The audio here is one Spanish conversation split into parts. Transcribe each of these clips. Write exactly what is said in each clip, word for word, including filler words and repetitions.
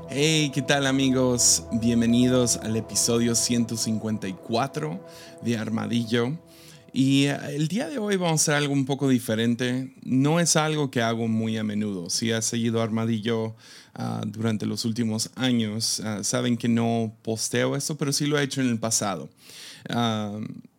Hey, ¿qué tal amigos? Bienvenidos al episodio ciento cincuenta y cuatro de Armadillo. Y eh, el día de hoy vamos a hacer algo un poco diferente. No es algo que hago muy a menudo. Si has seguido Armadillo uh, durante los últimos años, uh, saben que no posteo esto, pero sí lo he hecho en el pasado. Uh,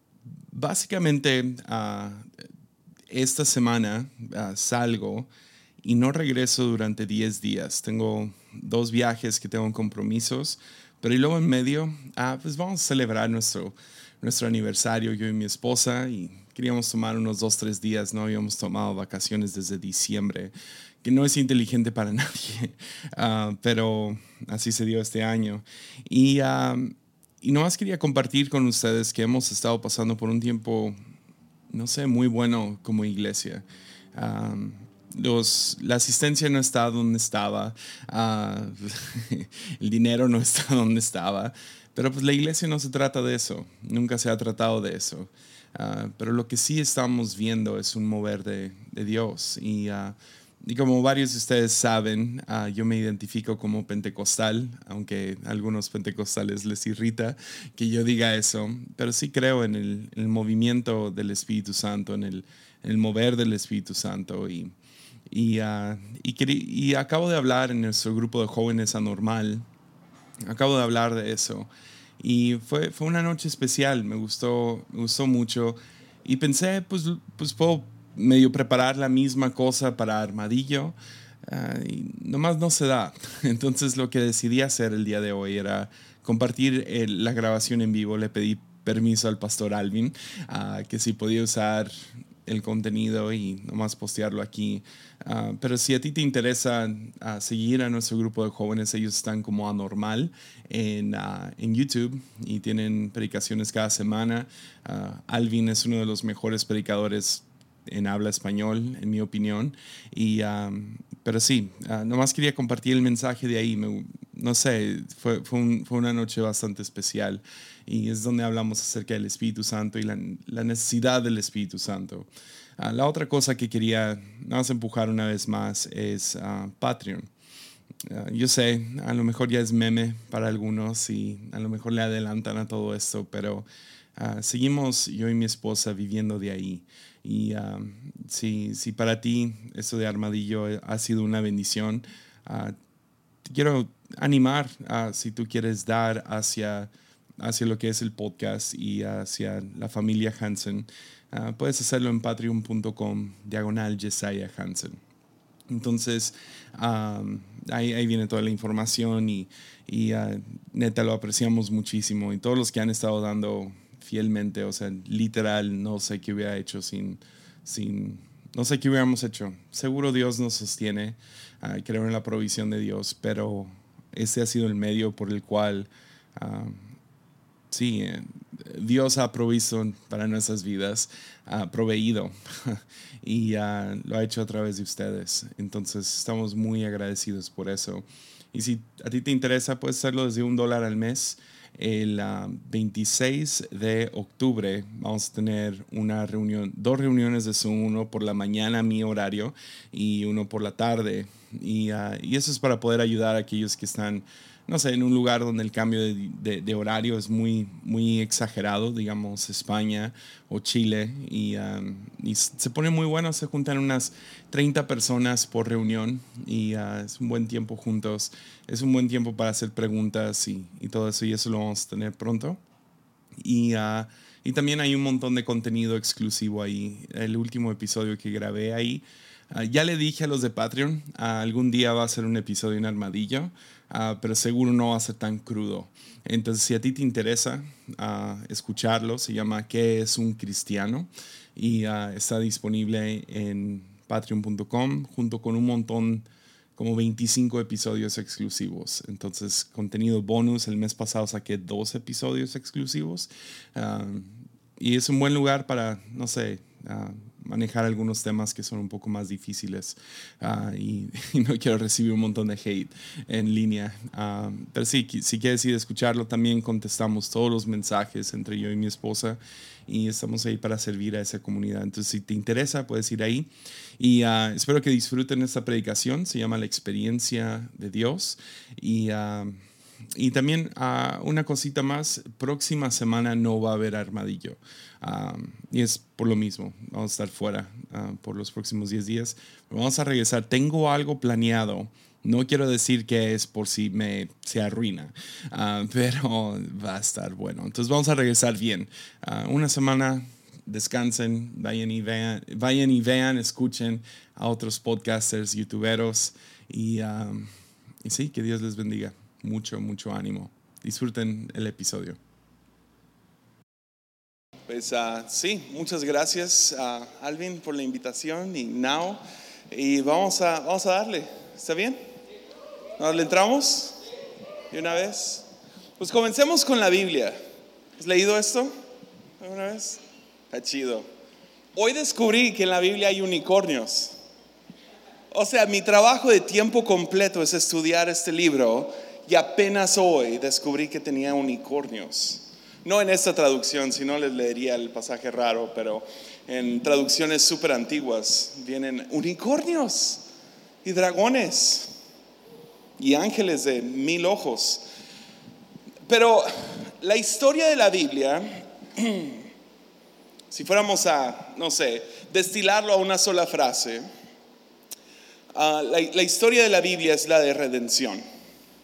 básicamente, uh, esta semana uh, salgo y no regreso durante diez días. Tengo dos viajes que tengo compromisos, pero y luego en medio, ah, pues vamos a celebrar nuestro, nuestro aniversario, yo y mi esposa, y queríamos tomar unos dos, tres días. No habíamos tomado vacaciones desde diciembre, que no es inteligente para nadie, uh, pero así se dio este año. Y, uh, y nomás quería compartir con ustedes que hemos estado pasando por un tiempo, no sé, muy bueno como iglesia. Um, los, la asistencia no está donde estaba, uh, el dinero no está donde estaba, pero pues la iglesia no se trata de eso, nunca se ha tratado de eso. Uh, pero lo que sí estamos viendo es un mover de, de Dios. Y, uh, y como varios de ustedes saben, uh, yo me identifico como pentecostal, aunque a algunos pentecostales les irrita que yo diga eso, pero sí creo en el, en el movimiento del Espíritu Santo, en el, en el mover del Espíritu Santo. Y, y, uh, y, y acabo de hablar en nuestro grupo de jóvenes anormal, acabo de hablar de eso. Y fue, fue una noche especial, me gustó, me gustó mucho. Y pensé, pues, pues puedo medio preparar la misma cosa para Armadillo. Uh, y nomás no se da. Entonces lo que decidí hacer el día de hoy era compartir el, la grabación en vivo. Le pedí permiso al pastor Alvin, uh, que si podía usar el contenido y nomás postearlo aquí. Uh, pero si a ti te interesa uh, seguir a nuestro grupo de jóvenes, ellos están como Anormal en, uh, en YouTube y tienen predicaciones cada semana. Uh, Alvin es uno de los mejores predicadores en habla español, en mi opinión. Y, um, pero sí, uh, nomás quería compartir el mensaje de ahí. Me, no sé, fue, fue, un, fue una noche bastante especial. Y es donde hablamos acerca del Espíritu Santo y la, la necesidad del Espíritu Santo. Uh, la otra cosa que quería nada más empujar una vez más es uh, Patreon. Uh, yo sé, a lo mejor ya es meme para algunos y a lo mejor le adelantan a todo esto, pero uh, seguimos yo y mi esposa viviendo de ahí. Y uh, si, si para ti esto de Armadillo ha sido una bendición, uh, te quiero animar a, si tú quieres dar hacia, hacia lo que es el podcast y hacia la familia Hansen, uh, puedes hacerlo en patreon punto com diagonal Jesiah Hansen. Entonces, um, ahí, ahí viene toda la información y, y uh, neta lo apreciamos muchísimo. Y todos los que han estado dando fielmente, o sea, literal, no sé qué hubiera hecho sin, sin no sé qué hubiéramos hecho. Seguro Dios nos sostiene, uh, creo en la provisión de Dios, pero ese ha sido el medio por el cual, uh, sí, eh, Dios ha provisto para nuestras vidas, ha proveído y uh, lo ha hecho a través de ustedes. Entonces estamos muy agradecidos por eso. Y si a ti te interesa, puedes hacerlo desde un dólar al mes. El uh, veintiséis de octubre vamos a tener una reunión, dos reuniones de Zoom, uno por la mañana, mi horario, y uno por la tarde. Y, uh, y eso es para poder ayudar a aquellos que están, no sé, en un lugar donde el cambio de, de, de horario es muy, muy exagerado, digamos España o Chile, y, um, y se pone muy bueno. Se juntan unas treinta personas por reunión y uh, es un buen tiempo juntos, es un buen tiempo para hacer preguntas y, y todo eso, y eso lo vamos a tener pronto. Y, uh, y también hay un montón de contenido exclusivo ahí. El último episodio que grabé ahí, Uh, ya le dije a los de Patreon, uh, algún día va a ser un episodio en Armadillo, uh, pero seguro no va a ser tan crudo. Entonces, si a ti te interesa uh, escucharlo, se llama ¿Qué es un cristiano? Y uh, está disponible en patreon punto com junto con un montón, como veinticinco episodios exclusivos. Entonces, contenido bonus. El mes pasado saqué dos episodios exclusivos. Uh, y es un buen lugar para, no sé, Uh, manejar algunos temas que son un poco más difíciles uh, y, y no quiero recibir un montón de hate en línea. Uh, pero sí, si quieres ir a escucharlo, también contestamos todos los mensajes entre yo y mi esposa y estamos ahí para servir a esa comunidad. Entonces, si te interesa, puedes ir ahí. Y uh, espero que disfruten esta predicación. Se llama La Experiencia de Dios. Y... Uh, Y también uh, una cosita más, próxima semana no va a haber Armadillo. Um, y es por lo mismo, vamos a estar fuera uh, por los próximos diez días. Vamos a regresar, tengo algo planeado. No quiero decir que es por si me, se arruina, uh, pero va a estar bueno. Entonces vamos a regresar bien. Uh, una semana, descansen, vayan y vean, vayan y vean, escuchen a otros podcasters, youtuberos. Y, um, y sí, que Dios les bendiga. Mucho, mucho ánimo. Disfruten el episodio. Pues uh, sí, muchas gracias a uh, Alvin por la invitación y Nao. Y vamos a, vamos a darle. ¿Está bien? ¿Nos le entramos? ¿De una vez? Pues comencemos con la Biblia. ¿Has leído esto alguna vez? Está chido. Hoy descubrí que en la Biblia hay unicornios. O sea, mi trabajo de tiempo completo es estudiar este libro. Y apenas hoy descubrí que tenía unicornios. No en esta traducción, si no les leería el pasaje raro, pero en traducciones súper antiguas vienen unicornios y dragones y ángeles de mil ojos. Pero la historia de la Biblia, si fuéramos a, no sé, destilarlo a una sola frase, uh, la, la historia de la Biblia es la de redención.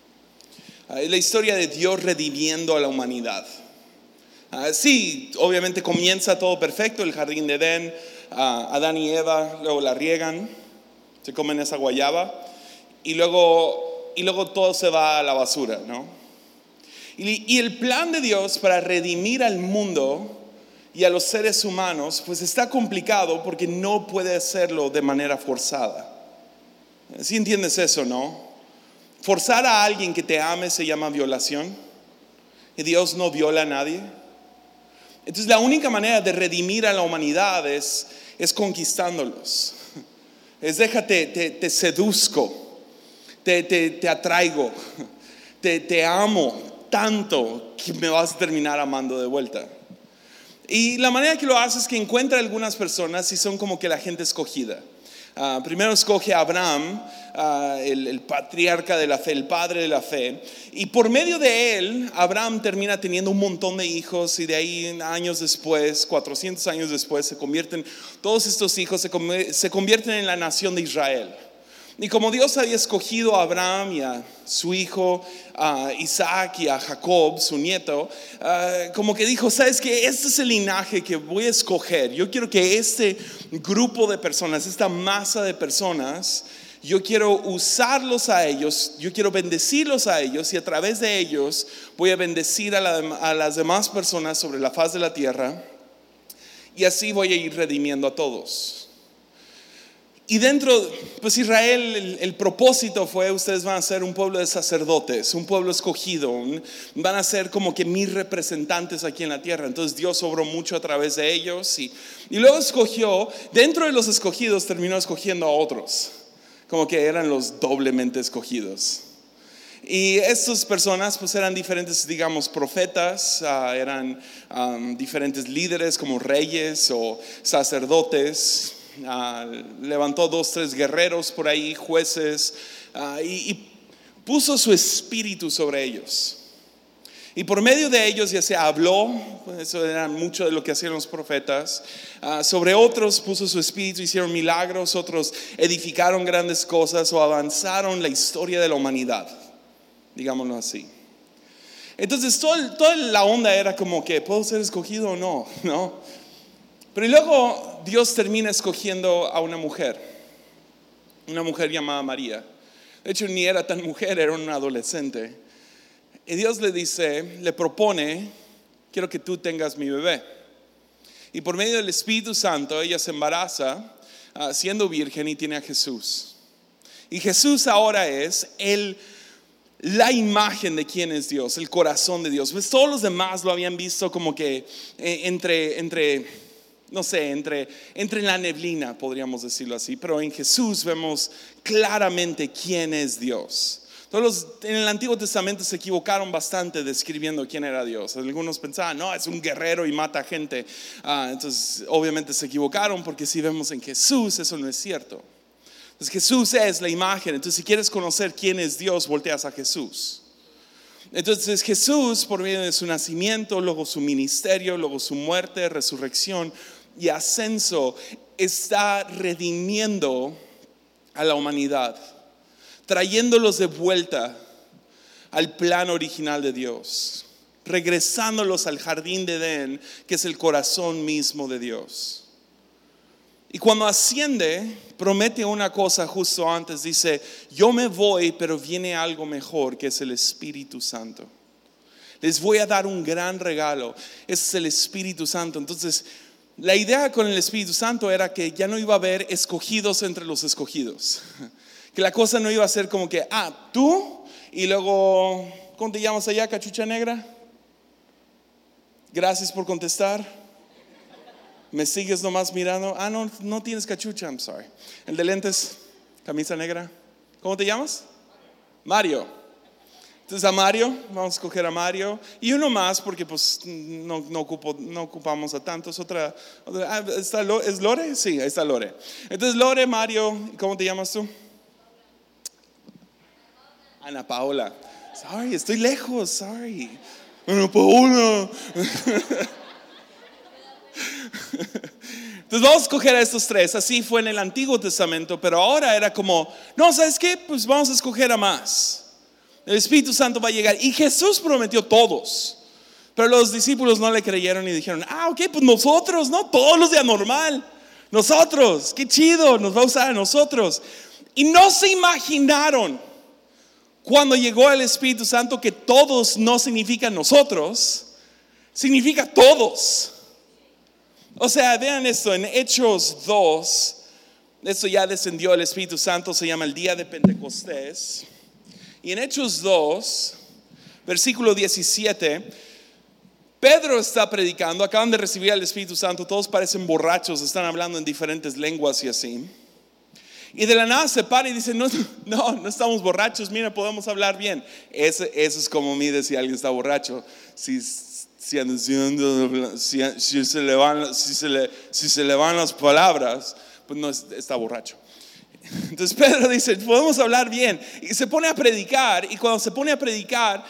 Es la historia de Dios redimiendo a la humanidad. Uh, sí, obviamente comienza todo perfecto, el jardín de Edén, uh, Adán y Eva luego la riegan, se comen esa guayaba y luego, y luego todo se va a la basura, ¿no? Y, y el plan de Dios para redimir al mundo y a los seres humanos pues está complicado porque no puede hacerlo de manera forzada. ¿Sí entiendes eso, no? Forzar a alguien que te ame se llama violación. Y Dios no viola a nadie. Entonces la única manera de redimir a la humanidad es, es conquistándolos. Es déjate, te, te seduzco, te, te, te atraigo, te, te amo tanto que me vas a terminar amando de vuelta. Y la manera que lo hace es que encuentra algunas personas y son como que la gente escogida. Uh, primero escoge a Abraham, uh, el, el patriarca de la fe, el padre de la fe, y por medio de él Abraham termina teniendo un montón de hijos y de ahí años después, cuatrocientos años después, se convierten, todos estos hijos se, se convierten en la nación de Israel. Y como Dios había escogido a Abraham y a su hijo, a Isaac y a Jacob, su nieto, uh, como que dijo, ¿sabes qué? Este es el linaje que voy a escoger. Yo quiero que este grupo de personas, esta masa de personas, yo quiero usarlos a ellos, yo quiero bendecirlos a ellos y a través de ellos voy a bendecir a, la, a las demás personas sobre la faz de la tierra y así voy a ir redimiendo a todos. Y dentro, pues Israel, el, el propósito fue, ustedes van a ser un pueblo de sacerdotes, un pueblo escogido, un, van a ser como que mis representantes aquí en la tierra. Entonces Dios obró mucho a través de ellos y, y luego escogió, dentro de los escogidos terminó escogiendo a otros, como que eran los doblemente escogidos. Y estas personas pues eran diferentes, digamos, profetas, uh, eran um, diferentes líderes como reyes o sacerdotes. Uh, levantó dos, tres guerreros por ahí, jueces, uh, y, y puso su espíritu sobre ellos. Y por medio de ellos ya se habló, eso era mucho de lo que hacían los profetas. Uh, sobre otros puso su espíritu, hicieron milagros, otros edificaron grandes cosas o avanzaron la historia de la humanidad, digámoslo así. Entonces todo, toda la onda era como que ¿puedo ser escogido o no? ¿No? Pero luego Dios termina escogiendo a una mujer, una mujer llamada María. De hecho ni era tan mujer, era una adolescente. Y Dios le dice, le propone, quiero que tú tengas mi bebé. Y por medio del Espíritu Santo ella se embaraza, uh, siendo virgen, y tiene a Jesús. Y Jesús ahora es el, la imagen de quién es Dios, el corazón de Dios. Pues todos los demás lo habían visto como que eh, entre... entre no sé, entre, entre la neblina, podríamos decirlo así, pero en Jesús vemos claramente quién es Dios. Todos los, en el Antiguo Testamento se equivocaron bastante describiendo quién era Dios. Algunos pensaban, no, es un guerrero y mata gente. Ah, entonces, obviamente se equivocaron, porque si vemos en Jesús, eso no es cierto. Entonces, Jesús es la imagen. Entonces, si quieres conocer quién es Dios, volteas a Jesús. Entonces, Jesús, por medio de su nacimiento, luego su ministerio, luego su muerte, resurrección y ascenso, está redimiendo a la humanidad, trayéndolos de vuelta al plan original de Dios, regresándolos al jardín de Edén, que es el corazón mismo de Dios. Y cuando asciende, promete una cosa justo antes. Dice, yo me voy, pero viene algo mejor, que es el Espíritu Santo. Les voy a dar un gran regalo, ese es el Espíritu Santo. Entonces, la idea con el Espíritu Santo era que ya no iba a haber escogidos entre los escogidos. Que la cosa no iba a ser como que, ah, tú, y luego, ¿cómo te llamas allá, cachucha negra? Gracias por contestar. ¿Me sigues nomás mirando? Ah, no, no tienes cachucha, I'm sorry. El de lentes, camisa negra. ¿Cómo te llamas? Mario. Entonces a Mario, vamos a escoger a Mario. Y uno más, porque pues no, no, ocupo, no ocupamos a tantos. Otra, otra ah, ¿está, ¿es Lore? Sí, ahí está Lore. Entonces Lore, Mario, ¿cómo te llamas tú? Ana Paola. Sorry, estoy lejos, sorry. Ana Paola. Entonces vamos a escoger a estos tres. Así fue en el Antiguo Testamento, pero ahora era como, no, ¿sabes qué? Pues vamos a escoger a más. El Espíritu Santo va a llegar. Y Jesús prometió todos, pero los discípulos no le creyeron y dijeron, ah, ok, pues nosotros, ¿no? Todos los de Anormal. Nosotros, qué chido, nos va a usar a nosotros. Y no se imaginaron, cuando llegó el Espíritu Santo, que todos no significa nosotros, significa todos. O sea, vean esto, en Hechos dos, esto ya descendió el Espíritu Santo, se llama el día de Pentecostés. Y en Hechos dos, versículo diecisiete, Pedro está predicando, acaban de recibir al Espíritu Santo, todos parecen borrachos, están hablando en diferentes lenguas y así. Y de la nada se para y dice, no, no, no estamos borrachos, mira, podemos hablar bien. Eso, eso es como mide si alguien está borracho. Si, si, si, si, se le van, si, se le, si se le van las palabras, pues no está borracho. Entonces Pedro dice, podemos hablar bien. Y se pone a predicar, y cuando se pone a predicar,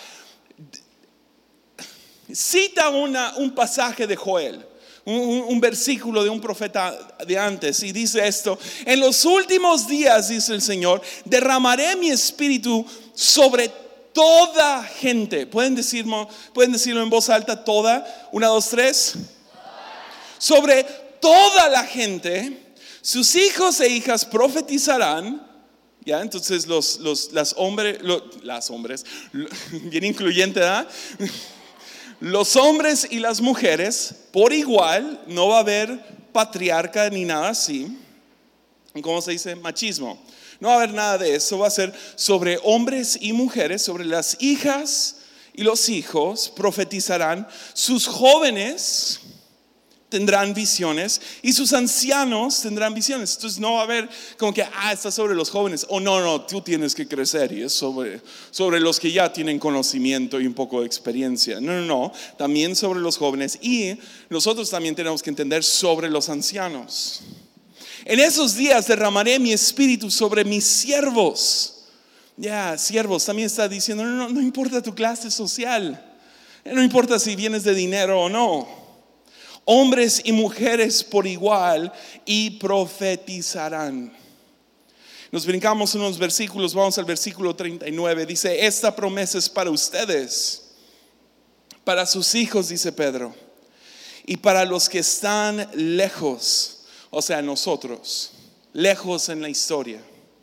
cita una, un pasaje de Joel. Un, un versículo de un profeta de antes, y dice esto: en los últimos días, dice el Señor, derramaré mi espíritu sobre toda gente. ¿Pueden decirlo, pueden decirlo en voz alta? Toda, una, dos, tres. Sobre toda la gente, sus hijos e hijas profetizarán. Ya, entonces los, los, las, hombre, lo, las hombres, bien incluyente, ¿verdad? Los hombres y las mujeres por igual, no va a haber patriarca ni nada así. ¿Cómo se dice? Machismo. No va a haber nada de eso. Va a ser sobre hombres y mujeres, sobre las hijas y los hijos profetizarán. Sus jóvenes tendrán visiones y sus ancianos tendrán visiones. Entonces no va a haber como que, ah, está sobre los jóvenes. O oh, no, no, tú tienes que crecer y es sobre, sobre los que ya tienen conocimiento y un poco de experiencia. No, no, no, también sobre los jóvenes. Y nosotros también tenemos que entender sobre los ancianos. En esos días derramaré mi espíritu sobre mis siervos. Ya, yeah, siervos, también está diciendo, no, no, no importa tu clase social. No importa si vienes de dinero o no. Hombres y mujeres por igual, y profetizarán. Nos brincamos unos versículos, vamos al versículo treinta y nueve. Dice, esta promesa es para ustedes, para sus hijos, dice Pedro, y para los que están lejos, o sea, nosotros, lejos en la historia.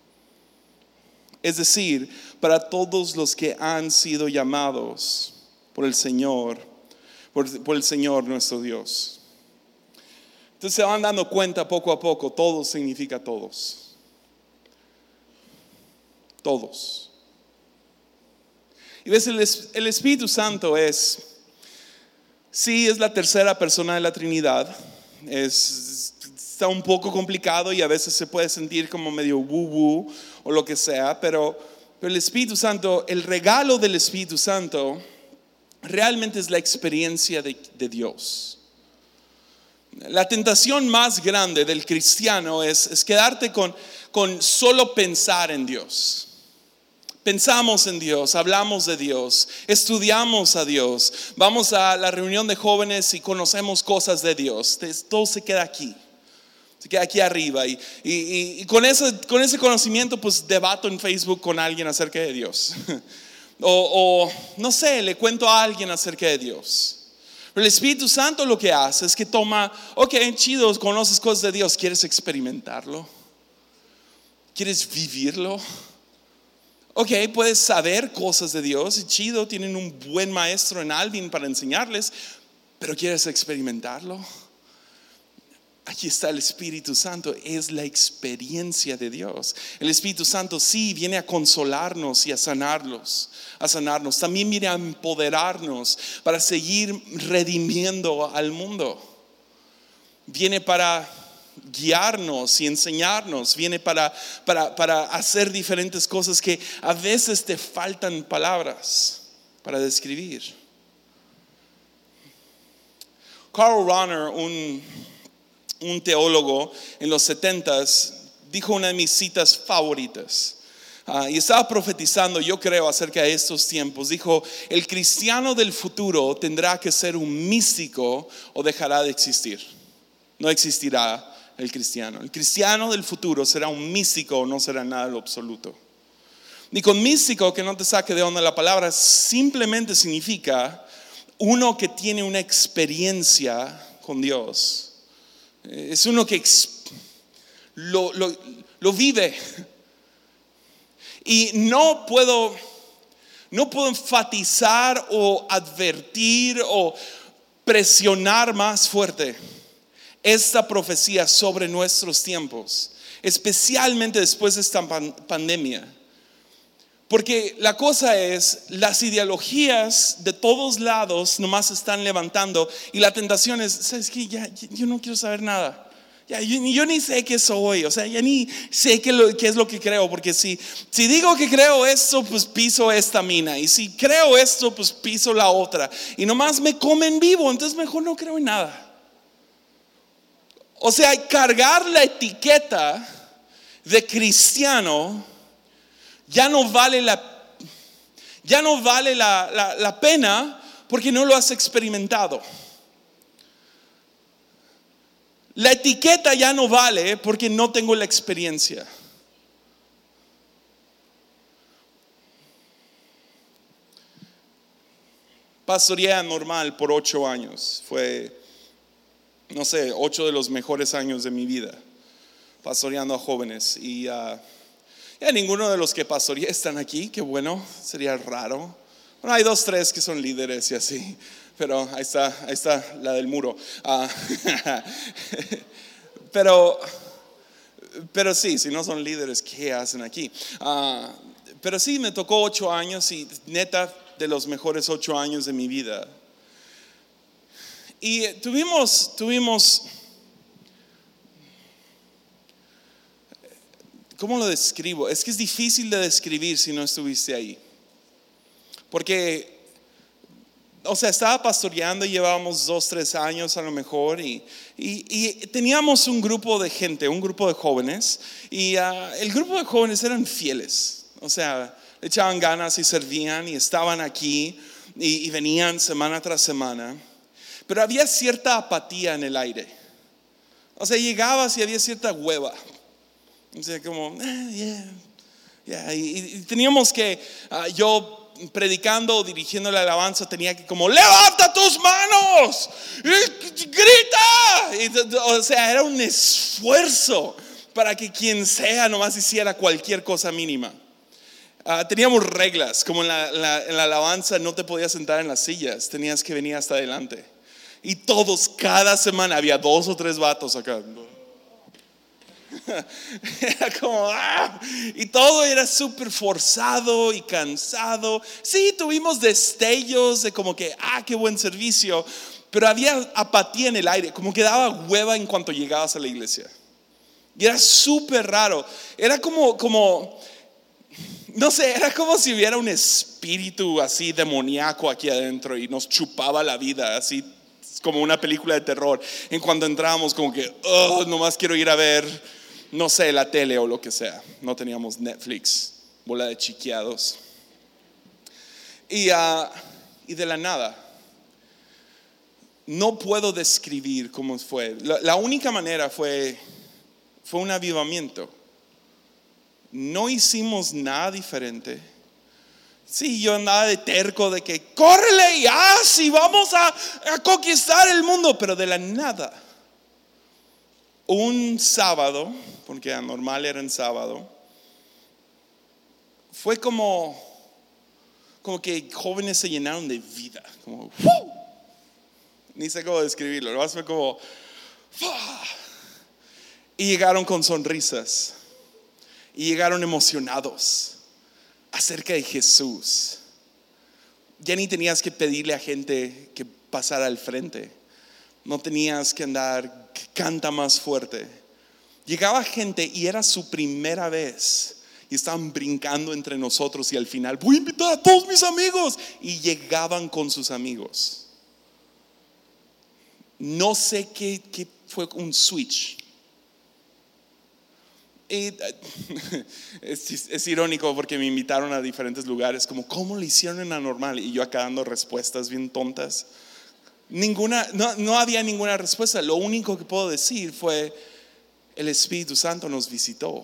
Es decir, para todos los que han sido llamados por el Señor, Por, por el Señor nuestro Dios. Entonces se van dando cuenta poco a poco, todos significa todos. Todos. Y ves, el, el Espíritu Santo es, sí, es la tercera persona de la Trinidad, Es, está un poco complicado y a veces se puede sentir como medio woo-woo o lo que sea, pero, pero el Espíritu Santo, el regalo del Espíritu Santo realmente es la experiencia de, de Dios. La tentación más grande del cristiano es, es quedarte con, con solo pensar en Dios. Pensamos en Dios, hablamos de Dios, estudiamos a Dios, vamos a la reunión de jóvenes y conocemos cosas de Dios. Todo se queda aquí, se queda aquí arriba. Y, y, y con, ese, con ese conocimiento pues debato en Facebook con alguien acerca de Dios. O, o no sé, le cuento a alguien acerca de Dios. Pero el Espíritu Santo lo que hace es que toma, ok, chido, conoces cosas de Dios, ¿quieres experimentarlo? ¿Quieres vivirlo? Ok, puedes saber cosas de Dios y chido, tienen un buen maestro en Alvin para enseñarles, pero ¿quieres experimentarlo? Aquí está el Espíritu Santo, es la experiencia de Dios. El Espíritu Santo sí viene a consolarnos y a sanarlos, a sanarnos. También viene a empoderarnos para seguir redimiendo al mundo. Viene para guiarnos y enseñarnos, viene para, para, para hacer diferentes cosas que a veces te faltan palabras para describir. Karl Rahner, un, un teólogo en los setentas, dijo una de mis citas favoritas. Uh, y estaba profetizando, yo creo, acerca de estos tiempos. Dijo: el cristiano del futuro tendrá que ser un místico o dejará de existir. No existirá el cristiano. El cristiano del futuro será un místico o no será nada en lo absoluto. Y con místico, que no te saque de onda la palabra, simplemente significa uno que tiene una experiencia con Dios. Es uno que lo, lo, lo vive. Y no puedo, no puedo enfatizar o advertir o presionar más fuerte esta profecía sobre nuestros tiempos, especialmente después de esta pandemia. Porque la cosa es, las ideologías de todos lados nomás se están levantando y la tentación es, ¿sabes qué? Ya, yo no quiero saber nada. Ya, yo, yo ni sé qué soy, o sea, ya ni sé qué, lo, qué es lo que creo, porque si, si digo que creo esto, pues piso esta mina, y si creo esto, pues piso la otra, y nomás me comen vivo, entonces mejor no creo en nada. O sea, cargar la etiqueta de cristiano ya no vale la, ya no vale la, la, la pena, porque no lo has experimentado. La etiqueta ya no vale porque no tengo la experiencia. Pastoreé normal por ocho años. Fue, no sé, ocho de los mejores años de mi vida pastoreando a jóvenes. Y uh, ya ninguno de los que pastoreé están aquí. Qué bueno, sería raro. Bueno, hay dos, tres que son líderes y así. Pero ahí está, ahí está la del muro. Uh, pero, pero sí, si no son líderes, ¿qué hacen aquí? Uh, pero sí, me tocó ocho años y neta de los mejores ocho años de mi vida. Y tuvimos, tuvimos, ¿cómo lo describo? Es que es difícil de describir si no estuviste ahí. Porque o sea, estaba pastoreando y llevábamos dos, tres años a lo mejor y, y, y teníamos un grupo de gente, un grupo de jóvenes y uh, el grupo de jóvenes eran fieles, o sea, le echaban ganas y servían y estaban aquí y, y venían semana tras semana, pero había cierta apatía en el aire. O sea, llegabas y había cierta hueva, o sea, como, ah, yeah, yeah. Y, y teníamos que, uh, yo predicando o dirigiendo la alabanza tenía que como levanta tus manos y grita y, o sea, era un esfuerzo para que quien sea nomás hiciera cualquier cosa mínima. Uh, teníamos reglas, como en la, la, en la alabanza no te podías sentar en las sillas, tenías que venir hasta adelante y todos, cada semana había dos o tres vatos acá. Era como ¡ah! Y todo era súper forzado y cansado. Sí, tuvimos destellos de como que ah, qué buen servicio, pero había apatía en el aire, como que daba hueva en cuanto llegabas a la iglesia. Y era súper raro. Era como, como, no sé, era como si hubiera un espíritu así demoníaco aquí adentro y nos chupaba la vida, así como una película de terror. En cuando entrábamos como que, oh, nomás quiero ir a ver, no sé, la tele o lo que sea. No teníamos Netflix, bola de chiqueados. Y, uh, y de la nada, no puedo describir cómo fue. La, la única manera fue, fue un avivamiento. No hicimos nada diferente. Sí, yo andaba de terco de que córrele y haz y vamos a, a conquistar el mundo, pero de la nada, un sábado, porque anormal era en sábado, fue como, como que jóvenes se llenaron de vida, como ¡fu! Ni sé cómo describirlo, lo más fue como ¡fua! Y llegaron con sonrisas y llegaron emocionados acerca de Jesús. Ya ni tenías que pedirle a gente que pasara al frente. No tenías que andar, canta más fuerte. Llegaba gente y era su primera vez. Y estaban brincando entre nosotros y al final, voy a invitar a todos mis amigos. Y llegaban con sus amigos. No sé qué, qué fue un switch. Y, es, es irónico porque me invitaron a diferentes lugares, como ¿cómo lo hicieron en Anormal? Y yo acá dando respuestas bien tontas. Ninguna, no, no había ninguna respuesta. Lo único que puedo decir fue: el Espíritu Santo nos visitó.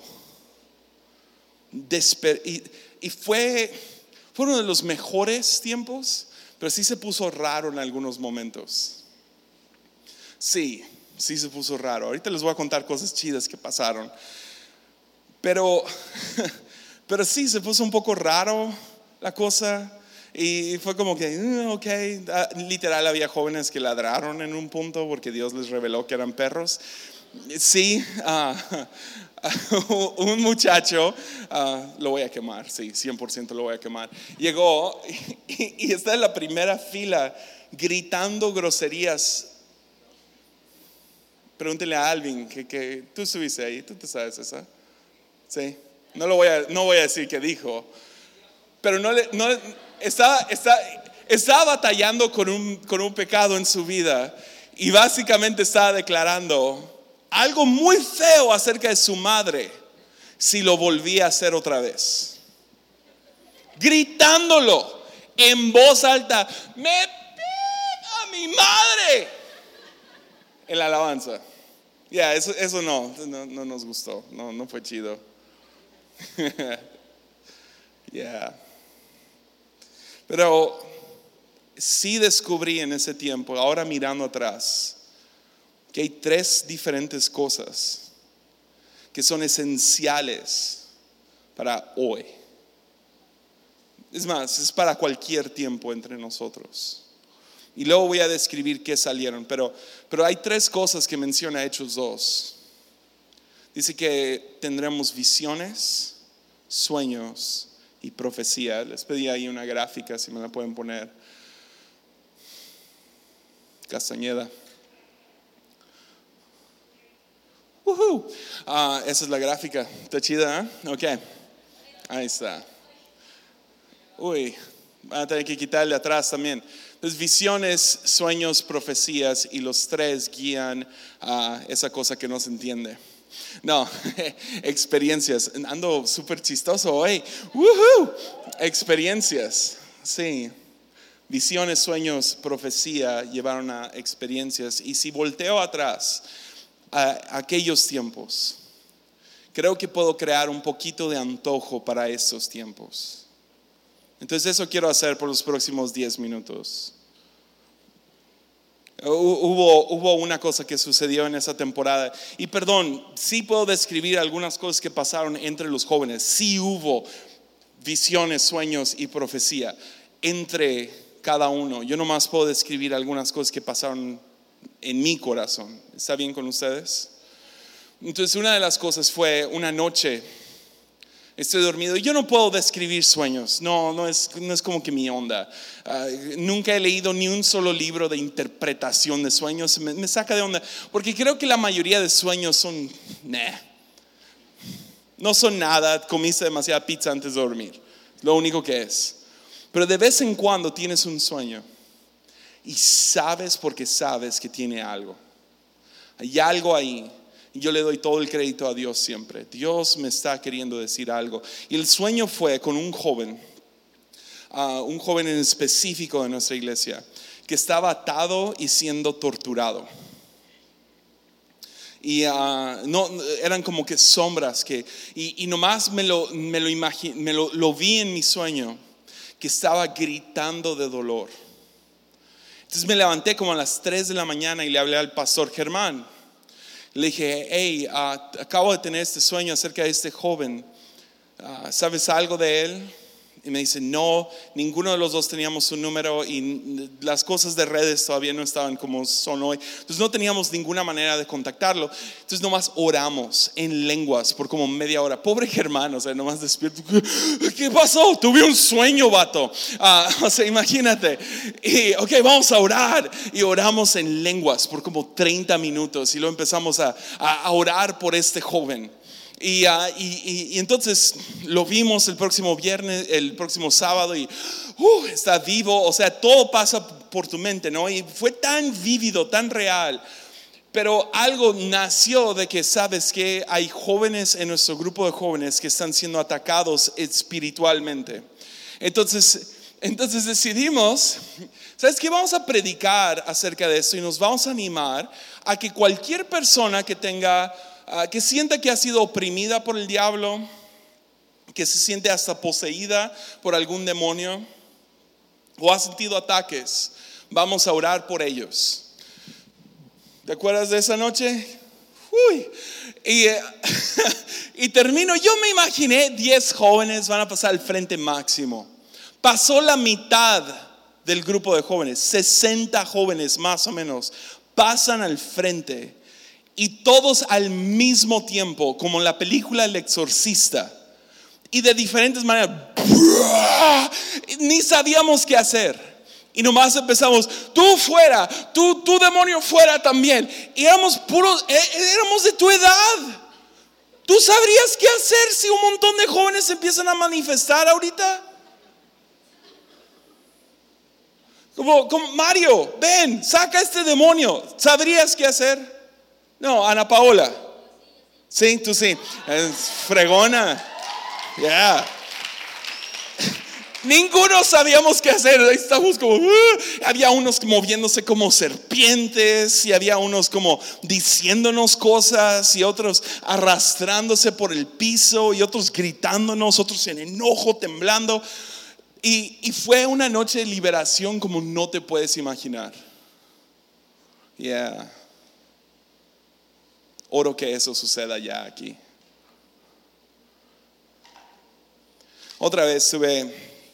Desper, y, y fue, fue uno de los mejores tiempos, pero sí se puso raro en algunos momentos. Sí, sí se puso raro. Ahorita les voy a contar cosas chidas que pasaron. Pero, pero sí, se puso un poco raro la cosa. Y fue como que, mm, ok, literal había jóvenes que ladraron en un punto porque Dios les reveló que eran perros. Sí, uh, un muchacho, uh, lo voy a quemar, sí, cien por ciento lo voy a quemar. Llegó y, y está en la primera fila gritando groserías. Pregúntele a Alvin, que, que tú estuviste ahí, tú te sabes esa. Sí, no lo voy a, no voy a decir qué dijo, pero no le, no, estaba, estaba, estaba batallando con un, con un pecado en su vida y básicamente estaba declarando algo muy feo acerca de su madre si lo volvía a hacer otra vez, gritándolo en voz alta: me pega a mi madre, en la alabanza. Ya, yeah, eso, eso no, no, no nos gustó, no, no fue chido. Yeah. Pero sí descubrí en ese tiempo, ahora mirando atrás, que hay tres diferentes cosas que son esenciales para hoy. Es más, es para cualquier tiempo entre nosotros. Y luego voy a describir qué salieron, pero, pero hay tres cosas que menciona Hechos dos. Dice que tendremos visiones, sueños y profecía. Les pedí ahí una gráfica, si me la pueden poner. Castañeda. Uh-huh. Ah, esa es la gráfica. Está chida, ¿eh? Ok. Ahí está. Uy, van a tener que quitarle atrás también. Entonces, visiones, sueños, profecías, y los tres guían a esa cosa que no se entiende. No, experiencias. Ando súper chistoso hoy. ¡Woohoo! Experiencias. Sí. Visiones, sueños, profecía llevaron a experiencias. Y si volteo atrás a aquellos tiempos, creo que puedo crear un poquito de antojo para esos tiempos. Entonces eso quiero hacer por los próximos diez minutos. Hubo, hubo una cosa que sucedió en esa temporada. Y perdón, sí puedo describir algunas cosas que pasaron entre los jóvenes. Sí hubo visiones, sueños y profecía entre cada uno. Yo nomás puedo describir algunas cosas que pasaron en mi corazón. ¿Está bien con ustedes? Entonces una de las cosas fue una noche. Estoy dormido. Yo no puedo describir sueños. No, no es, no es como que mi onda. Uh, nunca he leído ni un solo libro de interpretación de sueños. Me, me saca de onda. Porque creo que la mayoría de sueños son, nah, no son nada. Comiste demasiada pizza antes de dormir. Lo único que es. Pero de vez en cuando tienes un sueño y sabes porque sabes que tiene algo. Hay algo ahí. Y yo le doy todo el crédito a Dios siempre. Dios me está queriendo decir algo. Y el sueño fue con un joven, uh, un joven en específico de nuestra iglesia, que estaba atado y siendo torturado. Y uh, no, eran como que sombras que, y, y nomás me lo, me, lo, imagine, me lo, lo vi en mi sueño, que estaba gritando de dolor. Entonces me levanté como a las tres de la mañana y le hablé al pastor Germán. Le dije, hey, uh, acabo de tener este sueño acerca de este joven. Uh, ¿Sabes algo de él? Y me dice, no, ninguno de los dos teníamos su número y las cosas de redes todavía no estaban como son hoy. Entonces no teníamos ninguna manera de contactarlo. Entonces nomás oramos en lenguas por como media hora. Pobre Germán, o sea, nomás despierto. ¿Qué pasó? Tuve un sueño, vato. Uh, o sea, imagínate. Y, ok, vamos a orar. Y oramos en lenguas por como treinta minutos. Y luego empezamos a, a, a orar por este joven. Y, uh, y, y, y entonces lo vimos el próximo viernes, el próximo sábado y uh, está vivo, o sea, todo pasa por tu mente, ¿no? Y fue tan vívido, tan real. Pero algo nació de que, ¿sabes qué? Hay jóvenes en nuestro grupo de jóvenes que están siendo atacados espiritualmente. Entonces, entonces decidimos, ¿sabes qué? Vamos a predicar acerca de esto y nos vamos a animar a que cualquier persona que tenga Uh, que sienta que ha sido oprimida por el diablo, que se siente hasta poseída por algún demonio o ha sentido ataques, vamos a orar por ellos. ¿Te acuerdas de esa noche? Uy. Y, eh, y termino, yo me imaginé diez jóvenes van a pasar al frente máximo. Pasó la mitad del grupo de jóvenes, sesenta jóvenes más o menos, pasan al frente. Y todos al mismo tiempo, como en la película El Exorcista, y de diferentes maneras, ni sabíamos qué hacer. Y nomás empezamos, tú fuera, tú, tú demonio fuera también. Y éramos puros, éramos de tu edad. ¿Tú sabrías qué hacer si un montón de jóvenes se empiezan a manifestar ahorita? Como, como Mario, ven, saca este demonio. ¿Sabrías qué hacer? No, Ana Paola. Sí, tú sí. Es fregona. Ya. Yeah. Ninguno sabíamos qué hacer. Ahí estamos como. Uh, había unos moviéndose como serpientes. Y había unos como diciéndonos cosas. Y otros arrastrándose por el piso. Y otros gritándonos. Otros en enojo, temblando. Y, y fue una noche de liberación como no te puedes imaginar. Yeah. Oro que eso suceda ya aquí. Otra vez tuve,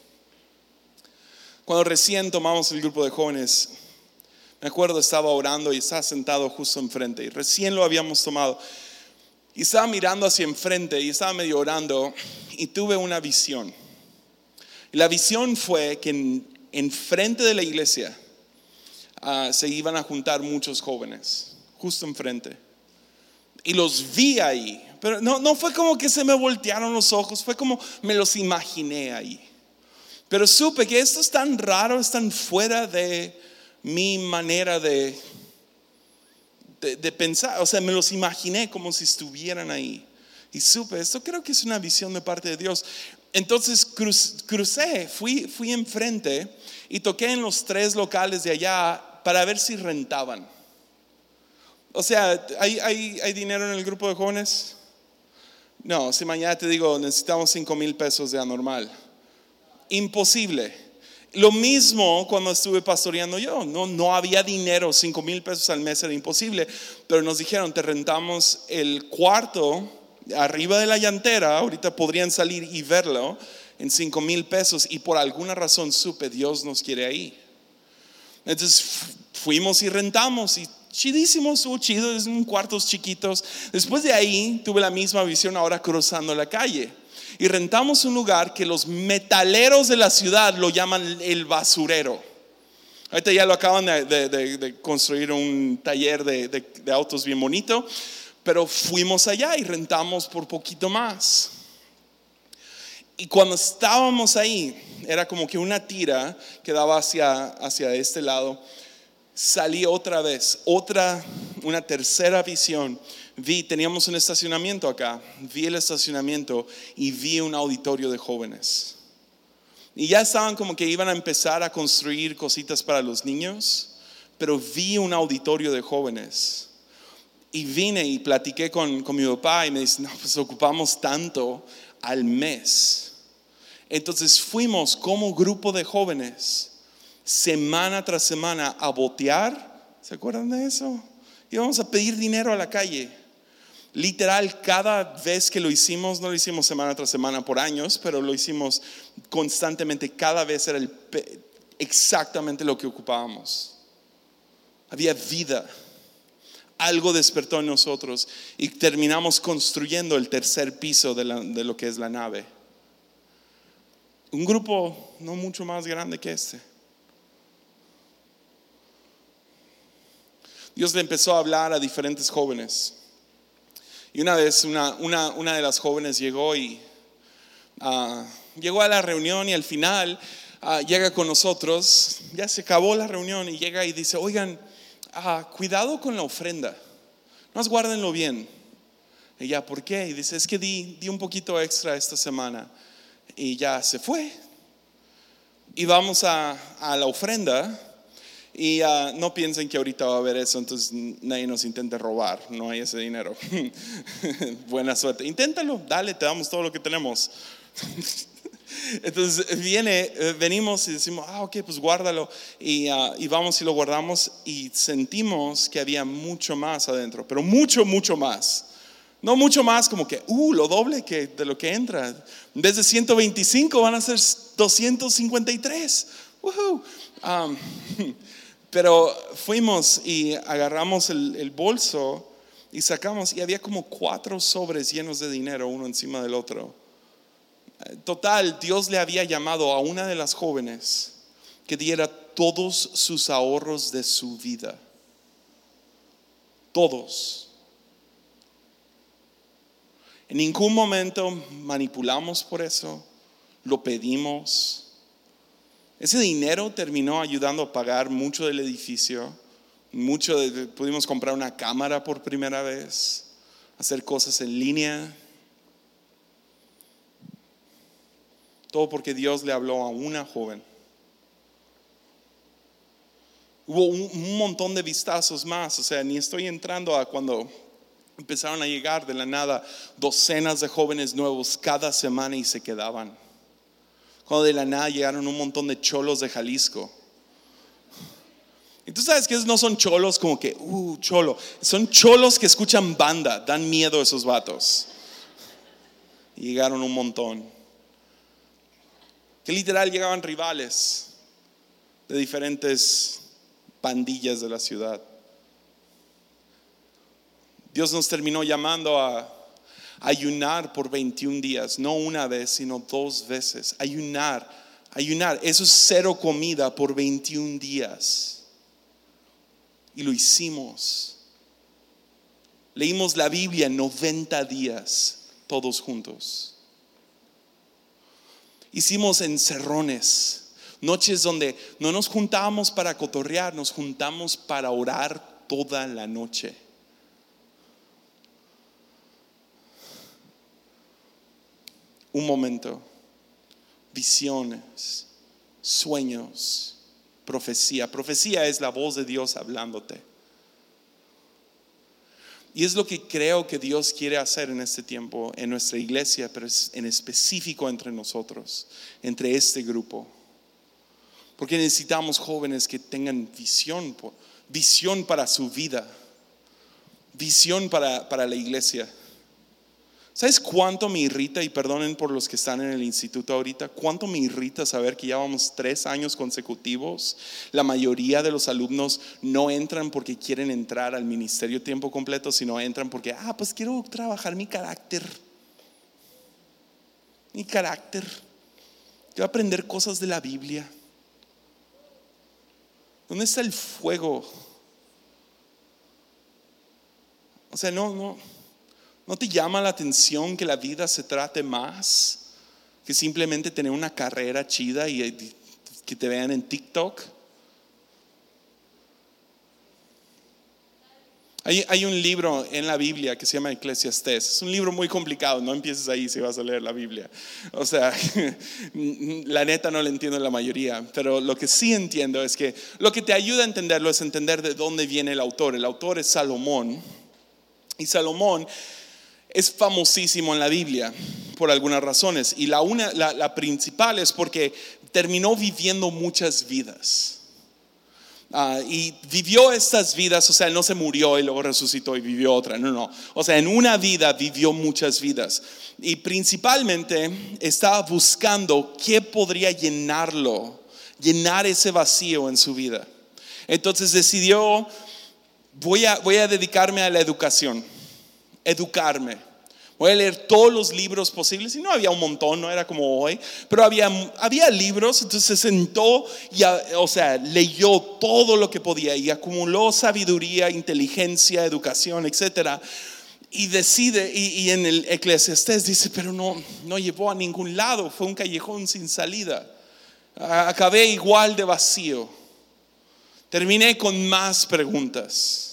cuando recién tomamos el grupo de jóvenes, me acuerdo estaba orando y estaba sentado justo enfrente y recién lo habíamos tomado y estaba mirando hacia enfrente y estaba medio orando y tuve una visión. Y la visión fue que en, enfrente de la iglesia uh, se iban a juntar muchos jóvenes, justo enfrente. Y los vi ahí, pero no, no fue como que se me voltearon los ojos, fue como me los imaginé ahí. Pero supe que esto es tan raro, es tan fuera de mi manera de, de, de pensar. O sea, me los imaginé como si estuvieran ahí. Y supe, esto creo que es una visión de parte de Dios. Entonces cruz, crucé, fui, fui enfrente y toqué en los tres locales de allá para ver si rentaban. O sea, ¿hay, hay, ¿hay dinero en el grupo de jóvenes? No, si mañana te digo necesitamos cinco mil pesos de anormal, imposible. Lo mismo cuando estuve pastoreando yo, no, no había dinero, cinco mil pesos al mes era imposible. Pero nos dijeron, te rentamos el cuarto arriba de la llantera, ahorita podrían salir y verlo en cinco mil pesos. Y por alguna razón supe, Dios nos quiere ahí. Entonces fuimos y rentamos y chidísimo, estuvo chido, es un cuartos chiquitos. Después de ahí tuve la misma visión ahora cruzando la calle. y rentamos un lugar que los metaleros de la ciudad lo llaman el basurero. Ahorita ya lo acaban de, de, de, de construir un taller de, de, de autos bien bonito, pero fuimos allá y rentamos por poquito más. Y cuando estábamos ahí, era como que una tira que daba hacia, hacia este lado. Salí otra vez, otra, una tercera visión. Vi, teníamos un estacionamiento acá, vi el estacionamiento y vi un auditorio de jóvenes. Y ya estaban como que iban a empezar a construir cositas para los niños, pero vi un auditorio de jóvenes. Y vine y platiqué con, con mi papá y me dice, no, pues ocupamos tanto al mes. Entonces fuimos como grupo de jóvenes semana tras semana a botear. ¿Se acuerdan de eso? Íbamos a pedir dinero a la calle. Literal, cada vez que lo hicimos, no lo hicimos semana tras semana por años, pero lo hicimos constantemente. Cada vez era el, exactamente lo que ocupábamos. Había vida. Algo despertó en nosotros y terminamos construyendo el tercer piso de, la, de lo que es la nave. Un grupo no mucho más grande que este. Dios le empezó a hablar a diferentes jóvenes. Y una vez una, una, una de las jóvenes llegó y uh, llegó a la reunión y al final uh, llega con nosotros. Ya se acabó la reunión y llega y dice, oigan, uh, cuidado con la ofrenda, nos guárdenlo bien. Y ya, ¿por qué? Y dice, es que di, di un poquito extra esta semana. Y ya se fue. Y vamos a, a la ofrenda. Y uh, no piensen que ahorita va a haber eso, entonces nadie nos intente robar, no hay ese dinero. Buena suerte, inténtalo, dale, te damos todo lo que tenemos. Entonces viene, venimos y decimos, ah, ok, pues guárdalo. Y, uh, y vamos y lo guardamos y sentimos que había mucho más adentro, pero mucho, mucho más. No mucho más como que, uh, lo doble que de lo que entra. En vez de ciento veinticinco van a ser doscientos cincuenta y tres. Uh-huh. um, Pero fuimos y agarramos el, el bolso y sacamos, y había como cuatro sobres llenos de dinero, uno encima del otro. Total, Dios le había llamado a una de las jóvenes que diera todos sus ahorros de su vida. Todos. En ningún momento manipulamos por eso, lo pedimos. Ese dinero terminó ayudando a pagar mucho del edificio, mucho de, pudimos comprar una cámara por primera vez, hacer cosas en línea. Todo porque Dios le habló a una joven. Hubo un, un montón de vistazos más, o sea, ni estoy entrando a cuando empezaron a llegar de la nada docenas de jóvenes nuevos cada semana y se quedaban. Cuando de la nada llegaron un montón de cholos de Jalisco. Y tú sabes que no son cholos como que, uh, cholo. Son cholos que escuchan banda, dan miedo a esos vatos. Y llegaron un montón. Que literal llegaban rivales de diferentes pandillas de la ciudad. Dios nos terminó llamando a ayunar por veintiún días, no una vez, sino dos veces. Ayunar, ayunar, eso es cero comida por veintiún días. Y lo hicimos. Leímos la Biblia en noventa días, todos juntos. Hicimos encerrones, noches donde no nos juntábamos para cotorrear, nos juntamos para orar toda la noche. Un momento, visiones, sueños, profecía. Profecía es la voz de Dios hablándote. Y es lo que creo que Dios quiere hacer en este tiempo, en nuestra iglesia, pero en específico entre nosotros, entre este grupo. Porque necesitamos jóvenes que tengan visión, visión para su vida, visión para, para la iglesia. ¿Sabes cuánto me irrita? Y perdonen por los que están en el instituto ahorita, cuánto me irrita saber que ya vamos tres años consecutivos. La mayoría de los alumnos no entran porque quieren entrar al ministerio tiempo completo, sino entran porque, ah, pues quiero trabajar mi carácter. ni carácter. Quiero aprender cosas de la Biblia. ¿Dónde está el fuego? O sea, no, no, ¿no te llama la atención que la vida se trate más que simplemente tener una carrera chida y que te vean en TikTok? Hay, hay un libro en la Biblia que se llama Eclesiastés. Es un libro muy complicado, no empieces ahí si vas a leer la Biblia. O sea, la neta no le entiendo la mayoría, pero lo que sí entiendo es que lo que te ayuda a entenderlo es entender de dónde viene el autor. El autor es Salomón, y Salomón es famosísimo en la Biblia por algunas razones, y la, una, la, la principal es porque terminó viviendo muchas vidas. Uh, y vivió estas vidas, o sea, no se murió y luego resucitó y vivió otra, no, no, o sea, en una vida vivió muchas vidas, y principalmente estaba buscando qué podría llenarlo, llenar ese vacío en su vida. Entonces decidió, voy a, voy a dedicarme a la educación, educarme. Voy a leer todos los libros posibles. Y no había un montón, no era como hoy, pero había, había libros. Entonces se sentó y, o sea, leyó todo lo que podía y acumuló sabiduría, inteligencia, educación, etcétera. Y decide, y, y en el Eclesiastés dice, pero no, no llevó a ningún lado. Fue un callejón sin salida. Acabé igual de vacío. Terminé con más preguntas.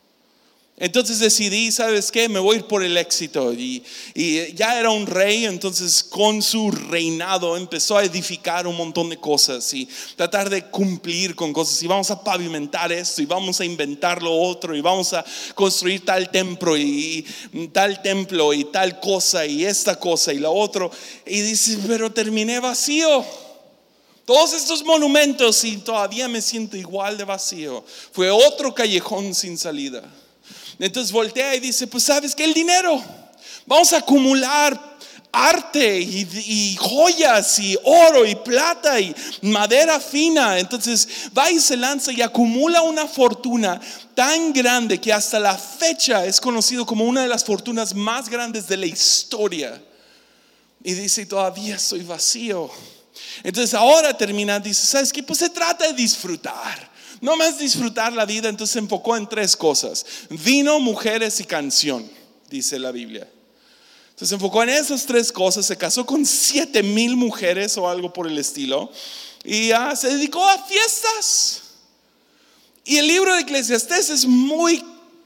Entonces decidí, ¿sabes qué? Me voy a ir por el éxito. Y, y ya era un rey, entonces con su reinado empezó a edificar un montón de cosas y tratar de cumplir con cosas. Y vamos a pavimentar esto, y vamos a inventar lo otro, y vamos a construir tal templo y, y tal templo y tal cosa y esta cosa y la otra. Y dice, pero terminé vacío. Todos estos monumentos y todavía me siento igual de vacío. Fue otro callejón sin salida. Entonces voltea y dice, pues sabes que el dinero, vamos a acumular arte y, y joyas y oro y plata y madera fina. Entonces va y se lanza y acumula una fortuna tan grande que hasta la fecha es conocido como una de las fortunas más grandes de la historia. Y dice, todavía estoy vacío. Entonces ahora termina, dice, ¿sabes qué? Pues se trata de disfrutar. No más disfrutar la vida. Entonces se enfocó en tres cosas: vino, mujeres y canción, dice la Biblia. Entonces se enfocó en esas tres cosas. Se casó con siete mil mujeres o algo por el estilo, y uh, se dedicó a fiestas. Y el libro de Eclesiastés es muy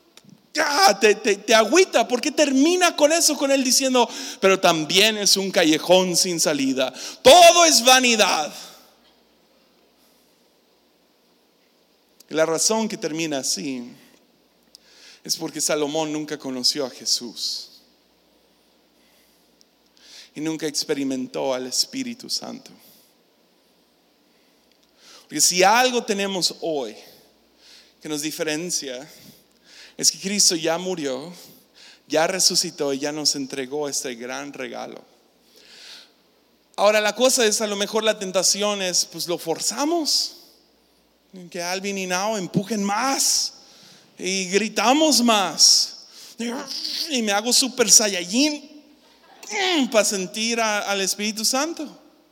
ah, te, te, te agüita, porque termina con eso, con él diciendo, pero también es un callejón sin salida. Todo es vanidad. Y la razón que termina así es porque Salomón nunca conoció a Jesús y nunca experimentó al Espíritu Santo. Porque si algo tenemos hoy que nos diferencia, es que Cristo ya murió, ya resucitó y ya nos entregó este gran regalo. Ahora la cosa es, a lo mejor la tentación es, pues lo forzamos, que Alvin y Nao empujen más y gritamos más y me hago super saiyajin para sentir a, al Espíritu Santo,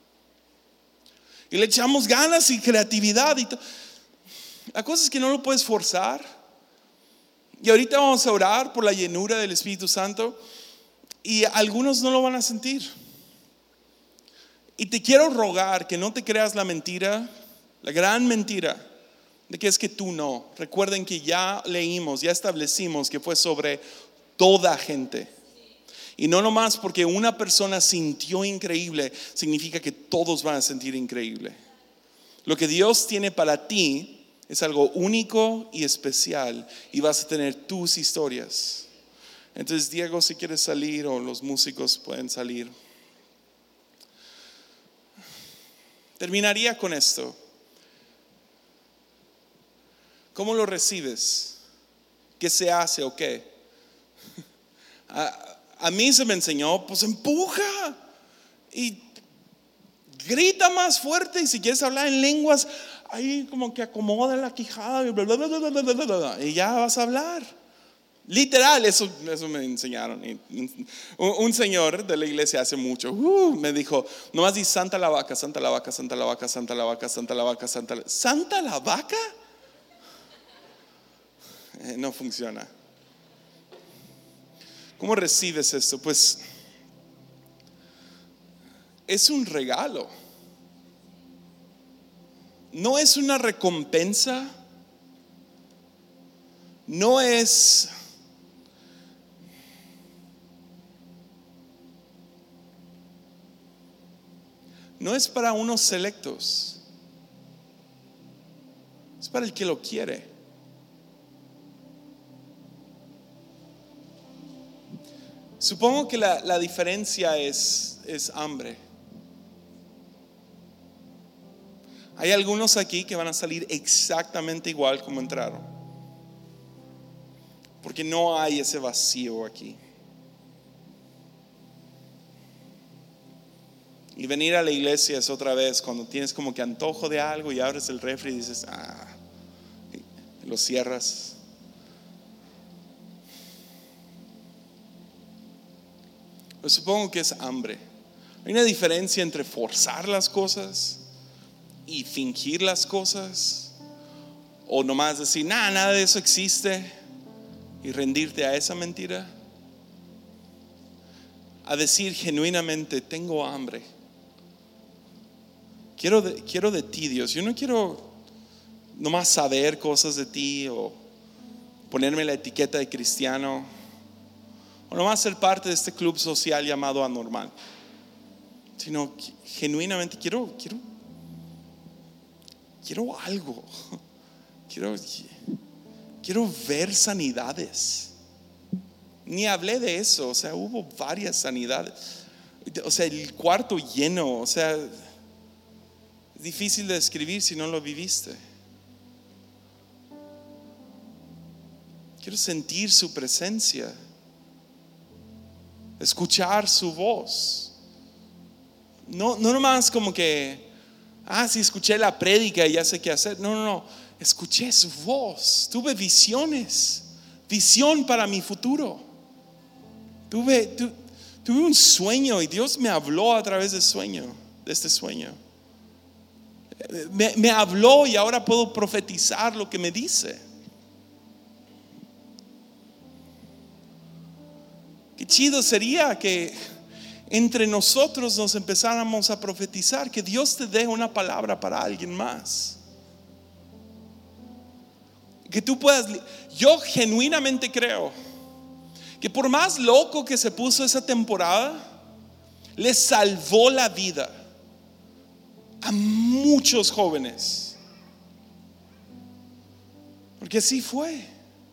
y le echamos ganas y creatividad y to- la cosa es que no lo puedes forzar. Y ahorita vamos a orar por la llenura del Espíritu Santo, y algunos no lo van a sentir. Y te quiero rogar que no te creas la mentira, la gran mentira de que es que tú no. Recuerden que ya leímos, ya establecimos que fue sobre toda gente. Y no nomás porque una persona sintió increíble significa que todos van a sentir increíble. Lo que Dios tiene para ti es algo único y especial, y vas a tener tus historias. Entonces, Diego, si quieres salir, o los músicos pueden salir. Terminaría con esto. ¿Cómo lo recibes? ¿Qué se hace o qué? A, a mí se me enseñó, pues empuja y grita más fuerte, y si quieres hablar en lenguas, ahí como que acomoda la quijada y, bla, bla, bla, bla, bla, bla, bla, y ya vas a hablar. Literal, eso, eso me enseñaron. Un, un señor de la iglesia hace mucho uh, me dijo, nomás di Santa la vaca, Santa la vaca, Santa la vaca, Santa la vaca, Santa la vaca, Santa la, ¿Santa la vaca? Eh, no funciona. ¿Cómo recibes esto? Pues es un regalo. No es una recompensa. No es No es para unos selectos. Es para el que lo quiere. Supongo que la, la diferencia es, es hambre. Hay algunos aquí que van a salir exactamente igual como entraron, porque no hay ese vacío aquí. Y venir a la iglesia es otra vez cuando tienes como que antojo de algo y abres el refri y dices, ah, y lo cierras. Pues supongo que es hambre. Hay una diferencia entre forzar las cosas y fingir las cosas, o nomás decir, nada, nada de eso existe, y rendirte a esa mentira, a decir genuinamente, tengo hambre. Quiero de, quiero de ti, Dios. Yo no quiero nomás saber cosas de ti o ponerme la etiqueta de cristiano o nomás ser parte de este club social llamado anormal, sino genuinamente quiero, quiero, quiero algo. Quiero, quiero ver sanidades. Ni hablé de eso, o sea, hubo varias sanidades. O sea, el cuarto lleno, o sea, es difícil de describir si no lo viviste. Quiero sentir su presencia, escuchar su voz. No, no nomás como que, ah, sí, escuché la prédica y ya sé qué hacer. No, no, no, escuché su voz. Tuve visiones, visión para mi futuro. Tuve, tu, tuve un sueño y Dios me habló a través del sueño, de este sueño. Me, me habló y ahora puedo profetizar lo que me dice. Qué chido sería que entre nosotros nos empezáramos a profetizar, que Dios te dé una palabra para alguien más. Que tú puedas, yo genuinamente creo que por más loco que se puso esa temporada, le salvó la vida a muchos jóvenes. Porque así fue.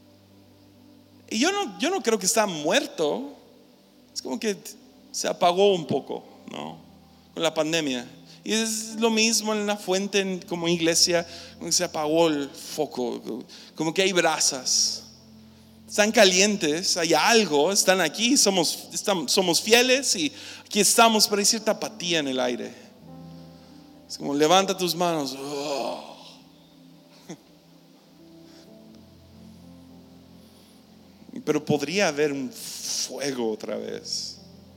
Y yo no, yo no creo que está muerto. Es como que se apagó un poco, ¿no? Con la pandemia. Y es lo mismo en la fuente, en, como iglesia, como se apagó el foco, como que hay brasas. Están calientes, hay algo, están aquí, somos, estamos, somos fieles y aquí estamos, pero hay cierta apatía en el aire. Es como levanta tus manos. Oh. Pero podría haber un fuego otra vez.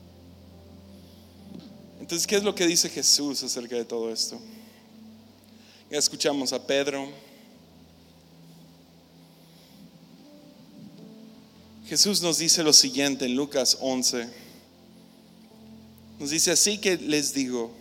Entonces, ¿qué es lo que dice Jesús acerca de todo esto? Ya escuchamos a Pedro. Jesús nos dice lo siguiente en Lucas once. Nos dice, así que les digo,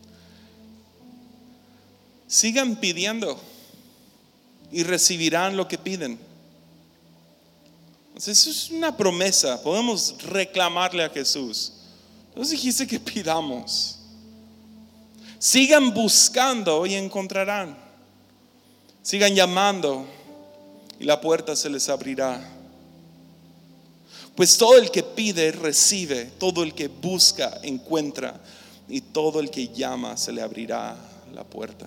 sigan pidiendo y recibirán lo que piden. Entonces, eso es una promesa. Podemos reclamarle a Jesús. Entonces dijiste que pidamos. Sigan buscando y encontrarán. Sigan llamando y la puerta se les abrirá. Pues todo el que pide recibe, todo el que busca encuentra, y todo el que llama se le abrirá la puerta.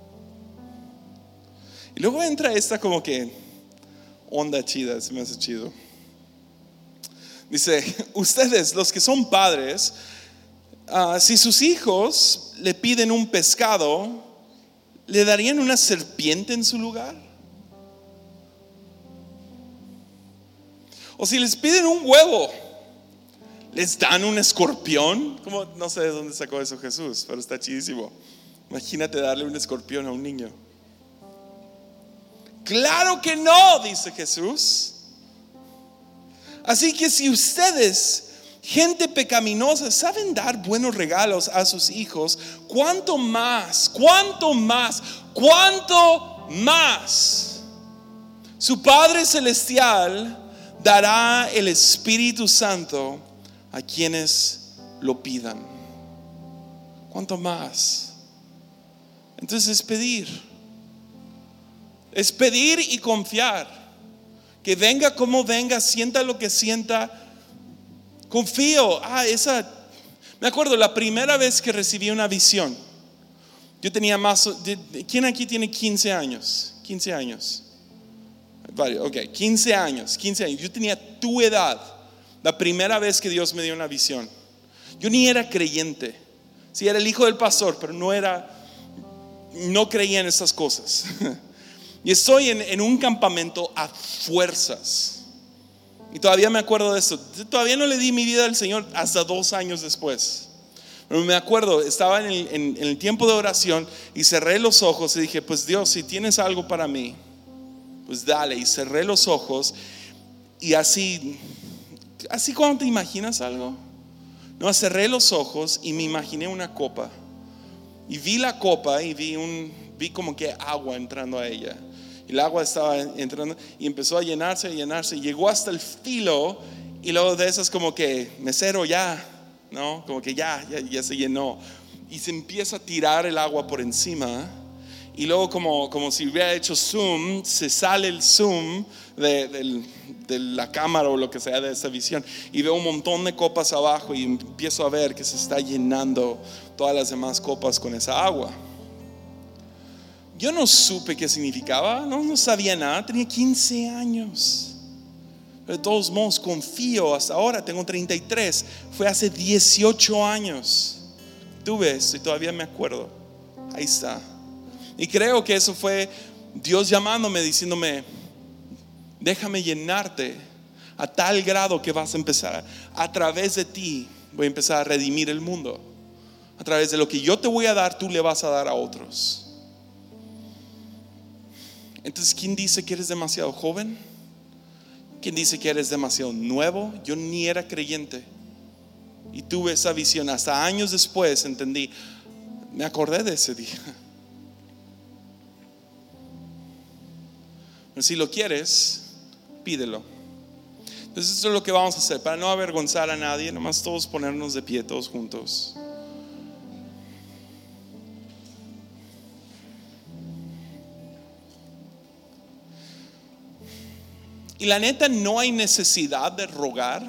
Y luego entra esta como que onda chida, se me hace chido. Dice, ustedes los que son padres, uh, si sus hijos le piden un pescado, ¿le darían una serpiente en su lugar? O si les piden un huevo, les dan un escorpión. Como, no sé de dónde sacó eso Jesús, pero está chidísimo. Imagínate darle un escorpión a un niño. Claro que no, dice Jesús. Así que si ustedes, gente pecaminosa, saben dar buenos regalos a sus hijos, ¿cuánto más, cuánto más, cuánto más su Padre Celestial dará el Espíritu Santo a quienes lo pidan? ¿Cuánto más? Entonces es pedir. Es pedir y confiar. Que venga como venga, sienta lo que sienta. Confío. Ah, esa. Me acuerdo la primera vez que recibí una visión. Yo tenía más. ¿Quién aquí tiene quince años? quince años. Ok, quince años. quince años. Yo tenía tu edad. La primera vez que Dios me dio una visión. Yo ni era creyente. Sí, era el hijo del pastor, pero no era. No creía en esas cosas. Y estoy en, en un campamento a fuerzas. Y todavía me acuerdo de eso. Todavía no le di mi vida al Señor hasta dos años después. Pero me acuerdo, estaba en el, en, en el tiempo de oración y cerré los ojos y dije, pues Dios, si tienes algo para mí, pues dale. Y cerré los ojos y así, así cuando te imaginas algo. No, cerré los ojos y me imaginé una copa. Y vi la copa y vi un, vi como que agua entrando a ella. Y el agua estaba entrando y empezó a llenarse, a llenarse. Y llegó hasta el filo. Y luego de esas como que mesero ya, ¿no? Como que ya, ya, ya se llenó. Y se empieza a tirar el agua por encima. Y luego como, como si hubiera hecho zoom, se sale el zoom de, de, de la cámara o lo que sea de esta visión. Y veo un montón de copas abajo y empiezo a ver que se está llenando todas las demás copas con esa agua. Yo no supe qué significaba, no, no sabía nada, tenía quince años. Pero de todos modos confío, hasta ahora tengo treinta y tres. Fue hace dieciocho años. Tuve esto y todavía me acuerdo. Ahí está. Y creo que eso fue Dios llamándome, diciéndome, déjame llenarte a tal grado que vas a empezar, a través de ti voy a empezar a redimir el mundo. A través de lo que yo te voy a dar, tú le vas a dar a otros. Entonces, ¿quién dice que eres demasiado joven? ¿Quién dice que eres demasiado nuevo? Yo ni era creyente y tuve esa visión. Hasta años después entendí. Me acordé de ese día. Pero si lo quieres, pídelo. Entonces esto es lo que vamos a hacer. Para no avergonzar a nadie, nomás todos ponernos de pie, todos juntos. Y la neta, no hay necesidad de rogar.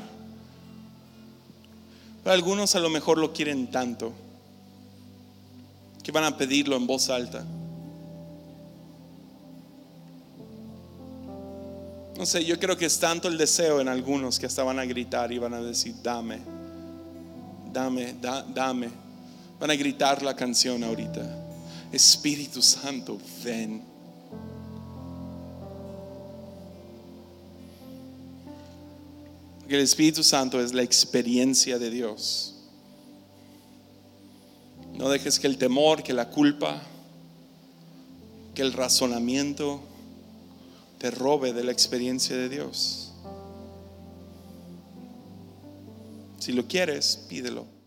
Pero algunos a lo mejor lo quieren tanto que van a pedirlo en voz alta. No sé, yo creo que es tanto el deseo en algunos que hasta van a gritar y van a decir, dame, dame, da, dame. Van a gritar la canción ahorita. Espíritu Santo, ven. Porque el Espíritu Santo es la experiencia de Dios. No dejes que el temor, que la culpa, que el razonamiento te robe de la experiencia de Dios. Si lo quieres, pídelo.